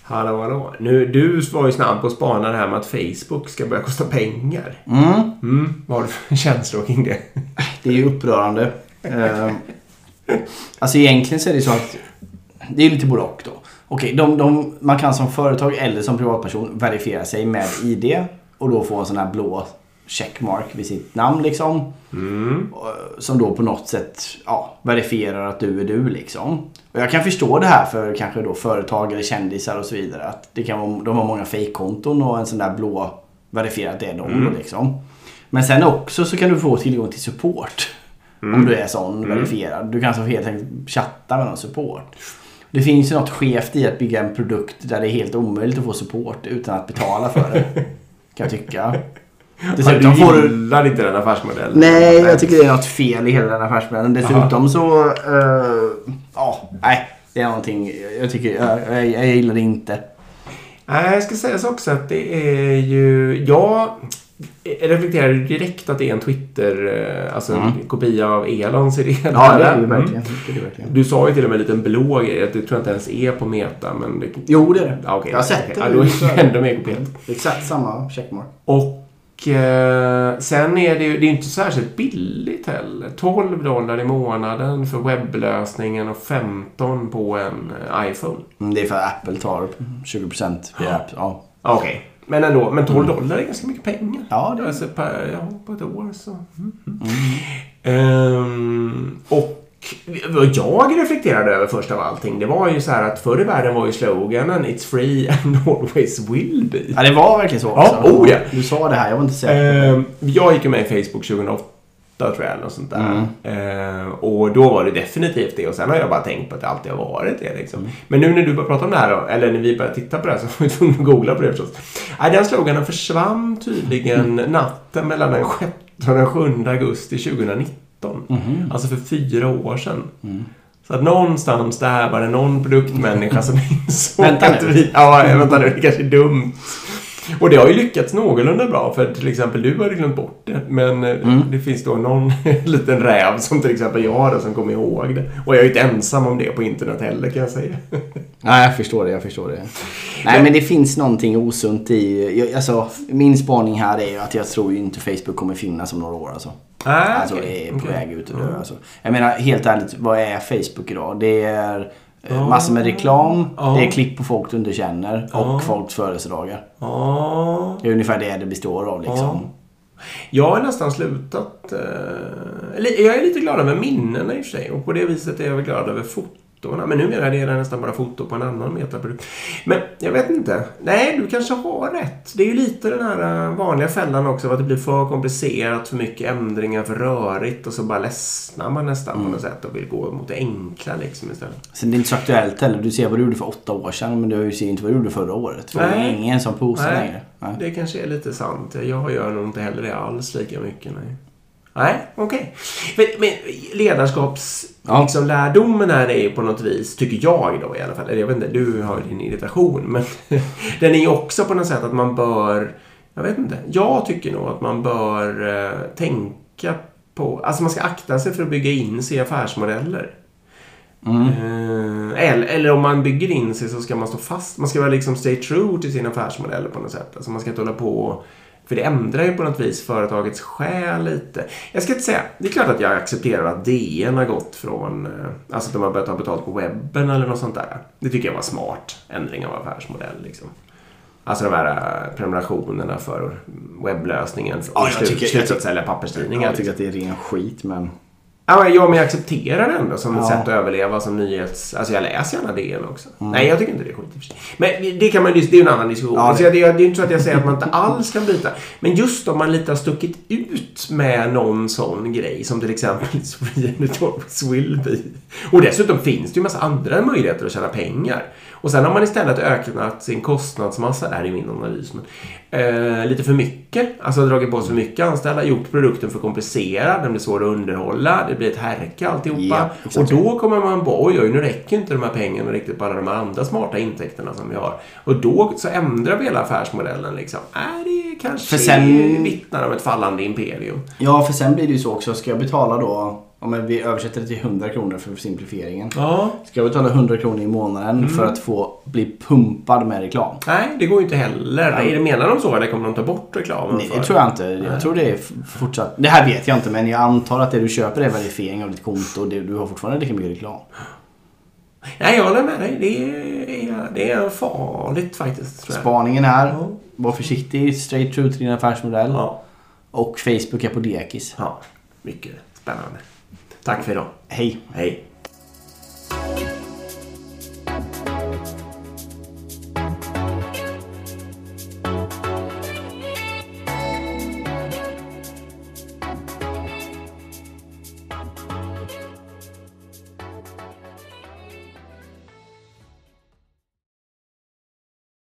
Hallå. Nu, du var ju snabb på att spana det här med att Facebook ska börja kosta pengar. Vad har du för känslor kring det? Det är ju upprörande. Alltså egentligen så är det så att det är lite både och då. Okej, man kan som företag eller som privatperson verifiera sig med ID och då få en sån här blå checkmark vid sitt namn liksom. Som då på något sätt verifierar att du är du liksom. Och jag kan förstå det här för kanske då företag eller kändisar och så vidare. Att det kan vara, de har många fake-konton och en sån där blå verifierat det är de då liksom. Men sen också så kan du få tillgång till support. Om du är sån verifierad. Du kan så helt enkelt chatta med någon support. Det finns ju något skevt i att bygga en produkt där det är helt omöjligt att få support utan att betala för det. Kan jag tycka. Dessutom får du gillar inte den affärsmodellen. Nej, jag tycker det är något fel i hela den affärsmodellen. Dessutom så det är någonting jag gillar det inte. Nej, jag ska säga så också att det är ju jag reflekterar direkt att det är en Twitter en kopia av Elons idé. Ja, det är ju verkligen. Du sa ju till och med en liten blå grej att det tror jag inte ens är på Meta, men jo, det är det. Okay, jag har sett det. Ja, då är det ändå mer kopierat. Exakt samma checkmark. Och sen är det ju inte särskilt billigt heller. $12 i månaden för webblösningen och 15 på en iPhone. Det är för att Apple tar 20% via app. Ja. Okej. Men ändå, men $12 är ganska mycket pengar. Ja, det är alltså på ett år så. Och vad jag reflekterade över först av allting, det var ju så här att förr i världen var ju sloganen It's free and always will be. Ja, det var verkligen så också. Ja. Du sa det här, jag var inte säker. Jag gick ju med i Facebook 2008 tror jag eller något sånt där. Och då var det definitivt det. Och sen har jag bara tänkt på att det alltid har varit det liksom. Men nu när du börjar prata om det här då, eller när vi börjar titta på det här, så får vi tvungen att googla på det förstås. Den sloganen försvann tydligen natten mellan den 6 och den 7 augusti 2019. Alltså för 4 år sedan. Så att någonstans där var det någon produktmänniska som insåg att vi... vänta nu, det kanske är dumt. Och det har ju lyckats någorlunda bra, för till exempel du har glömt bort det, men det finns då någon liten räv som till exempel jag då, som kommer ihåg det. Och jag är ju inte ensam om det på internet heller, kan jag säga. Nej, jag förstår det. Nej, men det finns någonting osunt i... Alltså, min spaning här är ju att jag tror ju inte Facebook kommer finnas om några år alltså. Alltså det är på väg ut och dö alltså. Jag menar, helt ärligt, vad är Facebook idag? Det är... massor med reklam, det är klipp på folk du inte känner och folks födelsedagar. Det är ungefär det består av liksom. Jag har nästan slutat jag är lite glad över minnena i och för sig, och på det viset är jag glad över fotona, men numera är det nästan bara foto på en annan metaprodukt. Men jag vet inte. Nej, du kanske har rätt. Det är ju lite den här vanliga fällan också, att det blir för komplicerat, för mycket ändringar, för rörigt, och så bara ledsnar man nästan på något sätt och vill gå mot det enkla liksom istället. Sen det är inte så aktuellt heller. Du ser vad du gjorde för 8 år sedan, men du ser inte vad du gjorde förra året. För det är ingen som posar längre. Nej. Det kanske är lite sant. Jag gör nog inte heller det alls lika mycket, Nej, okej. Men liksom, lärdomen här är ju på något vis, tycker jag då i alla fall, eller jag vet inte, du har din irritation, men den är ju också på något sätt att man bör, jag vet inte, jag tycker nog att man bör tänka på, alltså man ska akta sig för att bygga in sig i affärsmodeller. Eller om man bygger in sig så ska man stå fast, man ska vara liksom stay true till sina affärsmodeller på något sätt, alltså man ska inte hålla på. För det ändrar ju på något vis företagets själ lite. Jag ska inte säga, det är klart att jag accepterar att DN har gått från, alltså att de har börjat ta betalt på webben eller något sånt där. Det tycker jag var smart ändring av affärsmodell liksom. Alltså de här prenumerationerna för webblösningen och slutat att sälja papperstidningar. Jag tycker att det är ren skit, men... Ja, men jag accepterar det ändå som ett sätt att överleva som nyhets... Alltså jag läser gärna DN också. Nej, jag tycker inte det är skit. Men det kan man, det är en annan diskussion. Ja, det är inte så att jag säger att man inte alls kan byta. Men just om man lite har stuckit ut med någon sån grej som till exempel Swillby. Och dessutom finns det ju en massa andra möjligheter att tjäna pengar. Och sen har man istället ökat sin kostnadsmassa, där i min analys, men, lite för mycket. Alltså dragit på så mycket anställda, gjort produkten för komplicerad, den blir svår att underhålla, det blir ett härka alltihopa. Och då kommer man på, oj, nu räcker inte de här pengarna riktigt på alla de här andra smarta intäkterna som vi har. Och då så ändrar vi hela affärsmodellen liksom. Det kanske vittnar om ett fallande imperium. Ja, för sen blir det ju så också, ska jag betala då men vi översätter det till 100 kronor för simplifieringen. Ja. Ska vi betala 100 kronor i månaden för att få bli pumpad med reklam? Nej, det går ju inte heller. Nej, menar de så eller kommer de ta bort reklamen? Nej, det tror jag inte. Jag tror det är fortsatt. Det här vet jag inte, men jag antar att det du köper är verifiering av ditt konto och du har fortfarande lika mycket reklam. Nej, jag håller med dig. Det är farligt faktiskt. Tror jag. Spaningen är, var försiktig, straight through till din affärsmodell. Ja. Och Facebook är på dekis. Ja, mycket spännande. Tack för idag. Hej. Hej.